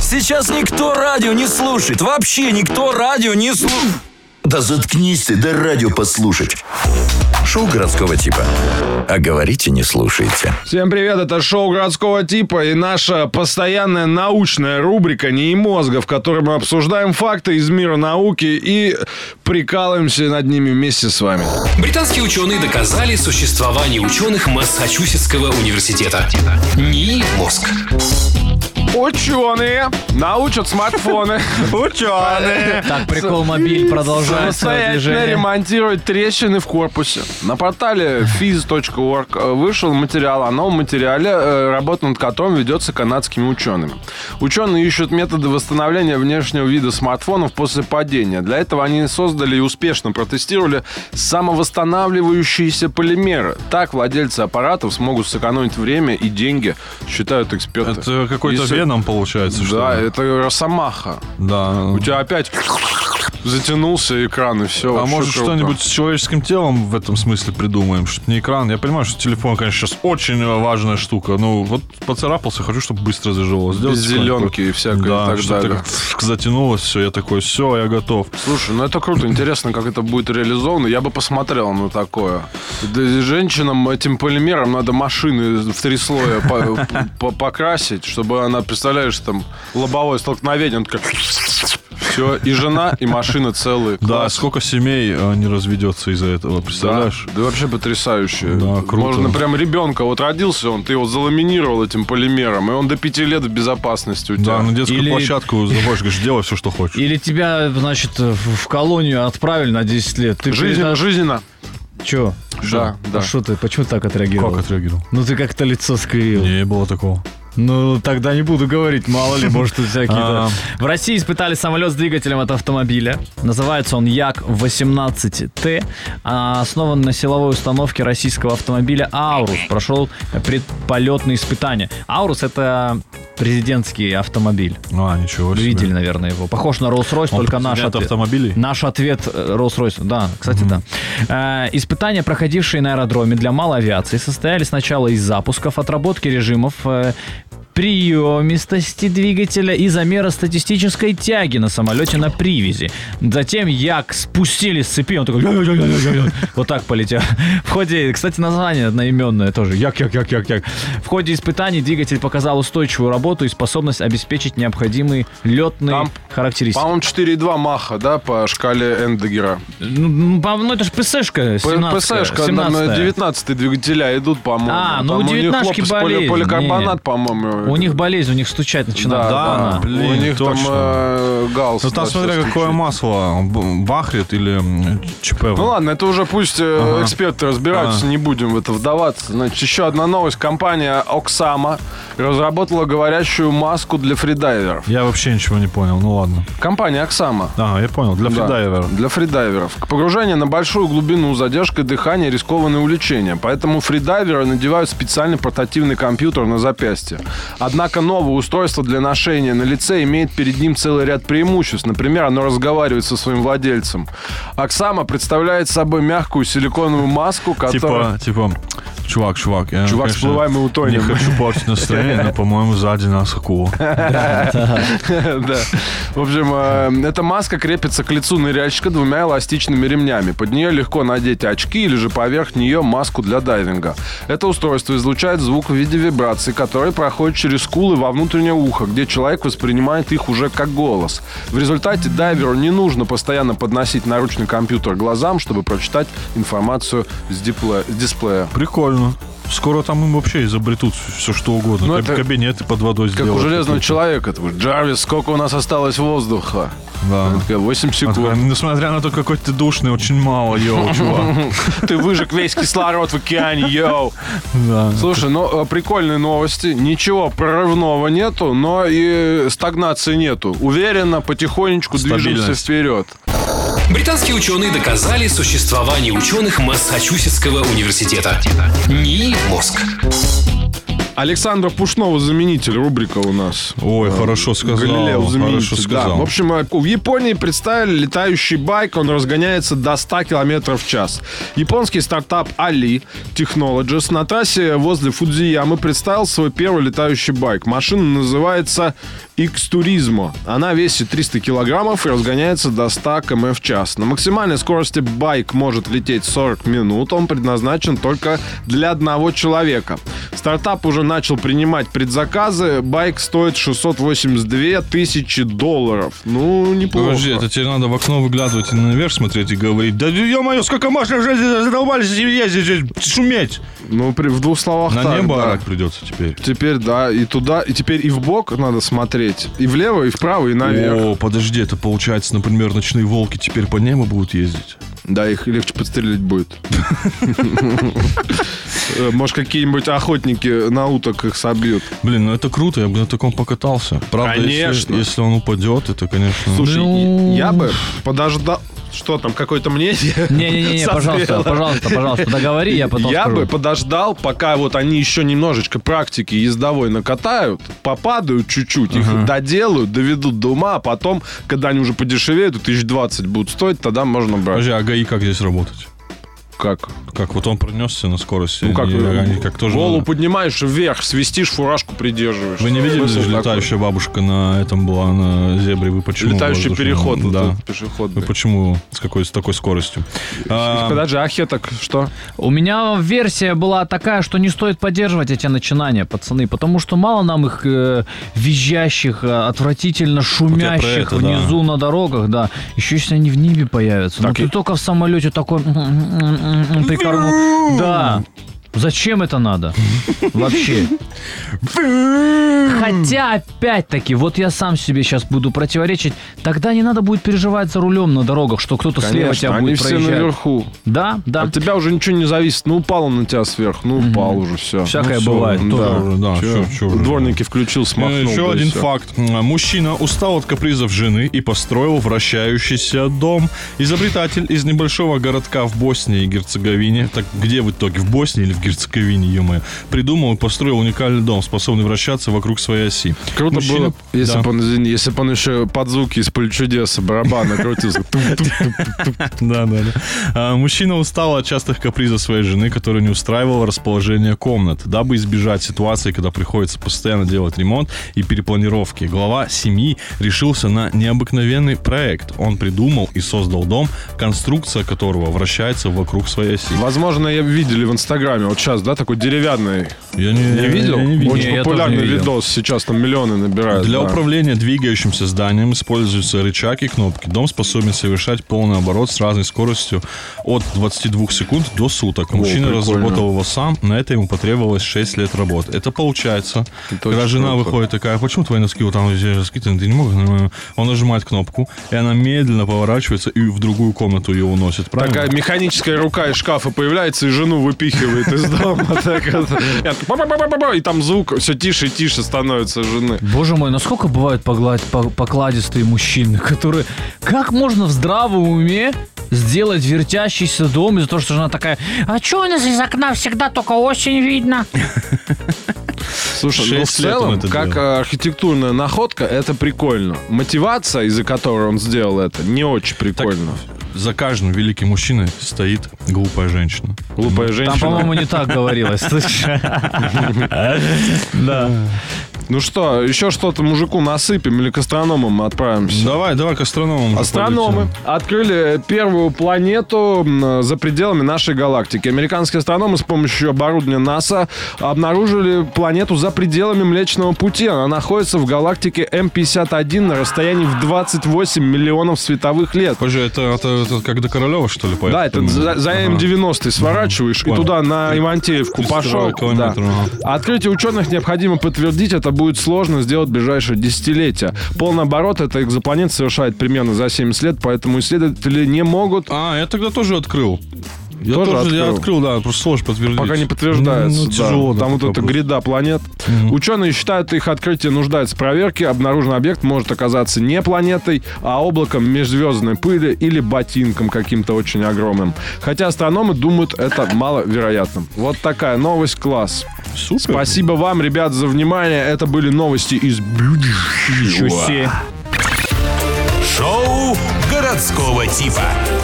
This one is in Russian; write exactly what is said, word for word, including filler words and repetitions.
Сейчас никто радио не слушает. Вообще никто радио не слушает. Да заткнись ты, да радио послушать. Шоу городского типа. А говорите, не слушайте. Всем привет, это шоу городского типа и наша постоянная научная рубрика «НИИ мозга», в которой мы обсуждаем факты из мира науки и прикалываемся над ними вместе с вами. Британские ученые доказали существование ученых Массачусетского университета. НИИ мозг. Ученые научат смартфоны. Ученые. Так, прикол мобиль продолжает свое движение. Ремонтировать трещины в корпусе. На портале физ точка орг вышел материал. О новом материале, работа над которым ведется канадскими учеными. Ученые ищут методы восстановления внешнего вида смартфонов после падения. Для этого они создали и успешно протестировали самовосстанавливающиеся полимеры. Так владельцы аппаратов смогут сэкономить время и деньги, считают эксперты. Это какой-то Если... веном получается, что Да, ли? это росомаха. Да. У тебя опять затянулся экран и все. А может круто. Что-нибудь с человеческим телом в этом смысле придумаем? Что не экран. Я понимаю, что телефон, конечно, сейчас очень важная штука. Ну, вот поцарапался, хочу, чтобы быстро зажило. Без зеленки и всякое, да, и так далее. Так затянулось все, я такой, все, я готов. Слушай, ну это круто, интересно, как это будет реализовано. Я бы посмотрел на такое. Женщинам этим полимером надо машины в три слоя покрасить, чтобы она, представляешь, там лобовое столкновение, он такой... Все, и жена, и машина целые. Да, класс. Сколько семей не разведется из-за этого, представляешь? Да, да вообще потрясающе. Да, круто. Можно прям ребенка, вот родился он, ты его заламинировал этим полимером, и он до пяти лет в безопасности у тебя. Да, на детскую Или... площадку заводишь, говоришь, делай все, что хочешь. Или тебя, значит, в колонию отправили на десять лет. Ты жизненно, перед... жизненно. Че? Да, да. А что ты, почему ты так отреагировал? Как отреагировал? Ну ты как-то лицо скривил. Не было такого. Ну, тогда не буду говорить, мало ли, может, тут всякие... В России испытали самолет с двигателем от автомобиля. Называется он Як восемнадцать Т. Основан на силовой установке российского автомобиля «Аурус». Прошел предполетные испытания. «Аурус» — это президентский автомобиль. А, ничего себе. Видели, наверное, его. Похож на Rolls-Royce, Он только наш ответ. автомобилей? Наш ответ Rolls-Royce. Да, кстати, mm-hmm. да. Э, испытания, проходившие на аэродроме для малой авиации, состояли сначала из запусков, отработки режимов, э, приемистости двигателя и замера статистической тяги на самолете на привязи. Затем Як спустили с цепи, он такой вот так полетел. В ходе, кстати, название одноименное тоже. Як, як, як, як, як. В ходе испытаний двигатель показал устойчивую работу и способность обеспечить необходимые летные Там, характеристики. По-моему, четыре и два маха, да, по шкале Эндегера. Ну, ну это же ПСшка, семнадцатая. ПСшка, девятнадцатые двигателя идут, по-моему. А, ну там у девятнашки болезнь. Поликарбонат, по-моему. У них болезнь, у них стучать начинает. Да, да, блин, у них точно. там э, галс. Ну там да, смотря какое масло, Бахрит или ЧП. Ну ладно, это уже пусть ага. эксперты разбираются, ага. не будем в это вдаваться. Значит, еще одна новость. Компания Оксама разработала говорящую маску для фридайверов. Я вообще ничего не понял, ну ладно. Компания Оксама. А, я понял, для фридайверов. Да, для фридайверов. Погружение на большую глубину, задержка дыхания, рискованное увлечение. Поэтому фридайверы надевают специальный портативный компьютер на запястье. Однако новое устройство для ношения на лице имеет перед ним целый ряд преимуществ. Например, оно разговаривает со своим владельцем. Оксама представляет собой мягкую силиконовую маску, которая... Типа, типа, чувак, чувак. Я, чувак, конечно, всплывай, мы утонем. Не хочу портить настроение, но, по-моему, сзади нас акула. Да. В общем, эта маска крепится к лицу ныряльщика двумя эластичными ремнями. Под нее легко надеть очки или же поверх нее маску для дайвинга. Это устройство излучает звук в виде вибраций, который проходит через скулы во внутреннее ухо, где человек воспринимает их уже как голос. В результате дайверу не нужно постоянно подносить наручный компьютер к глазам, чтобы прочитать информацию с дисплея. Прикольно. Скоро там им вообще изобретут все, что угодно. Ну, Каб- это кабинеты под водой как сделают. у железного какие-то. человека. Джарвис, сколько у нас осталось воздуха? Да. восемь секунд. Такая, несмотря на то, какой ты душный, очень мало, йоу, чувак. Ты выжег весь кислород в океане, йоу. Да. Слушай, ну, прикольные новости. Ничего прорывного нету, но и стагнации нету. Уверенно, потихонечку движемся вперед. Британские ученые доказали существование ученых Массачусетского университета. НИИ мозг. Александра Пушного заменитель, рубрика у нас. Ой, хорошо сказал. Галилео заменитель, Хорошо да. сказал. В общем, в Японии представили летающий байк, он разгоняется до ста километров в час. Японский стартап Ali Technologies на трассе возле Фудзиямы представил свой первый летающий байк. Машина называется X-Turismo. Она весит триста килограммов и разгоняется до ста километров в час. На максимальной скорости байк может лететь сорок минут. Он предназначен только для одного человека. Стартап уже начал принимать предзаказы. Байк стоит шестьсот восемьдесят две тысячи долларов. Ну, неплохо. Подожди, это тебе надо в окно выглядывать и наверх смотреть и говорить: да ё-моё, сколько можно уже задолбались ездить, шуметь. Ну, при, в двух словах На так, небо да. орать придется теперь. Теперь, да, и туда, и теперь и в бок надо смотреть. И влево, и вправо, и наверх. О, подожди, это получается, например, ночные волки теперь по небу будут ездить? Да, их легче подстрелить будет. Может, какие-нибудь охотники на уток их собьют. Блин, ну это круто, я бы на таком покатался. Правда, Конечно. Если, если он упадет, это, конечно... Слушай, Ну. я бы подождал... Что там, какое-то мнение? Не-не-не, пожалуйста, созрело? пожалуйста, пожалуйста, договори, я потом Я скажу. бы подождал, пока вот они еще немножечко практики ездовой накатают, попадают чуть-чуть, их доделают, доведут до ума, а потом, когда они уже подешевеют, тысяч двадцать будут стоить, тогда можно брать. Подожди, а ГАИ как здесь работать? Как? Как вот он пронесся на скорости? Ну, как, и они как тоже... голову поднимаешь вверх, свистишь, фуражку придерживаешь. Вы не видели, Смысл же такой? летающая бабушка на этом была, на зебре? Вы почему? Летающий воздушном? переход, вот Да. этот Вы пешеходный. почему с какой с такой скоростью? А, Подожди, а хеток что? У меня версия была такая, что не стоит поддерживать эти начинания, пацаны, потому что мало нам их э, визжащих, э, отвратительно шумящих это, внизу на дорогах, да. Еще если они в небе появятся. Так ну, ты и- только в самолете такой... прикорнул. Да. Зачем это надо? Вообще. Хотя, опять-таки, вот я сам себе сейчас буду противоречить, тогда не надо будет переживать за рулем на дорогах, что кто-то слева тебя они будет все проезжать. наверху. Да, да. От тебя уже ничего не зависит. Ну, упал он на тебя сверху, ну, упал уже, все. Всякое всё, бывает. да, тоже. уже, да, Чё? чё- чё уже. Дворники включил, смахнул. Еще да и один всё. факт. Мужчина устал от капризов жены и построил вращающийся дом. Изобретатель из небольшого городка в Боснии и Герцеговине, так где в итоге, в Боснии или в Герцеговине, ё-моё, придумал и построил уникальный дом, способный вращаться вокруг своей оси. Круто Мужчина- было, если Да. бы он, извини, если бы он еще под звуки из «Поле чудес» барабана крутился. Да, да, да. А, мужчина устал от частых капризов своей жены, которая не устраивала расположение комнат. Дабы избежать ситуации, когда приходится постоянно делать ремонт и перепланировки, глава семьи решился на необыкновенный проект. Он придумал и создал дом, конструкция которого вращается вокруг своей оси. Возможно, я видели в Инстаграме. Вот сейчас, да, такой деревянный. Я не, Не я- видел? я не видел. Очень Не, я популярный тоже не видел. видос. Сейчас там миллионы набирают. Для да. управления двигающимся зданием используются рычаг и кнопки. Дом способен совершать полный оборот с разной скоростью от двадцати двух секунд до суток. Мужчина прикольно. разработал его сам. На это ему потребовалось шесть лет работы. Это получается, Это когда очень жена круто. выходит такая: почему твои носки вот там везде раскиданы? Ты не мог? нормально?» Он нажимает кнопку, и она медленно поворачивается и в другую комнату ее уносит. Правильно? Такая механическая рука из шкафа появляется и жену выпихивает из дома. Так вот. И от- ба-ба-ба-ба-ба, и там звук все тише и тише становится жены. Боже мой, насколько бывают погладь- по- покладистые мужчины, которые... Как можно в здравом уме сделать вертящийся дом из-за того, что жена такая: а что у нас из окна всегда только осень видно? Слушай, ну в Шесть лет он целом, это как делал. э, архитектурная находка, это прикольно. Мотивация, из-за которой он сделал это, не очень прикольно. За каждым великим мужчиной стоит глупая женщина. Глупая Там, женщина. по-моему, не так говорилось. Да. Ну что, еще что-то мужику насыпем или к астрономам мы отправимся? Давай, давай к астрономам. уже Астрономы полетим. открыли первую планету м, за пределами нашей галактики. Американские астрономы с помощью оборудования НАСА обнаружили планету за пределами Млечного Пути. Она находится в галактике эм пятьдесят один на расстоянии в двадцать восемь миллионов световых лет. Позже, это, это, это как до Королева, что ли, поехал? Да, это за, за эм девяносто сворачиваешь и Понял. туда на Ивантеевку тридцать пошел. два километра, Да. ага. Открытие ученых необходимо подтвердить. Это будет сложно сделать в ближайшее десятилетие. Полный оборот этой экзопланеты совершает примерно за семьдесят лет, поэтому исследователи не могут... А, я тогда тоже открыл. Я Тоже тоже, я открыл? открыл, да, просто сложно подтвердить. Пока не подтверждается. Ну, да. тяжело. да, Там вот пока эта просто. гряда планет. Ученые считают, их открытие нуждается в проверке. Обнаруженный объект может оказаться не планетой, а облаком межзвездной пыли или ботинком каким-то очень огромным. Хотя астрономы думают, это маловероятным. Вот такая новость, класс. Супер. Спасибо вам, ребят, за внимание. Это были новости из Ничего себе. Шоу городского типа.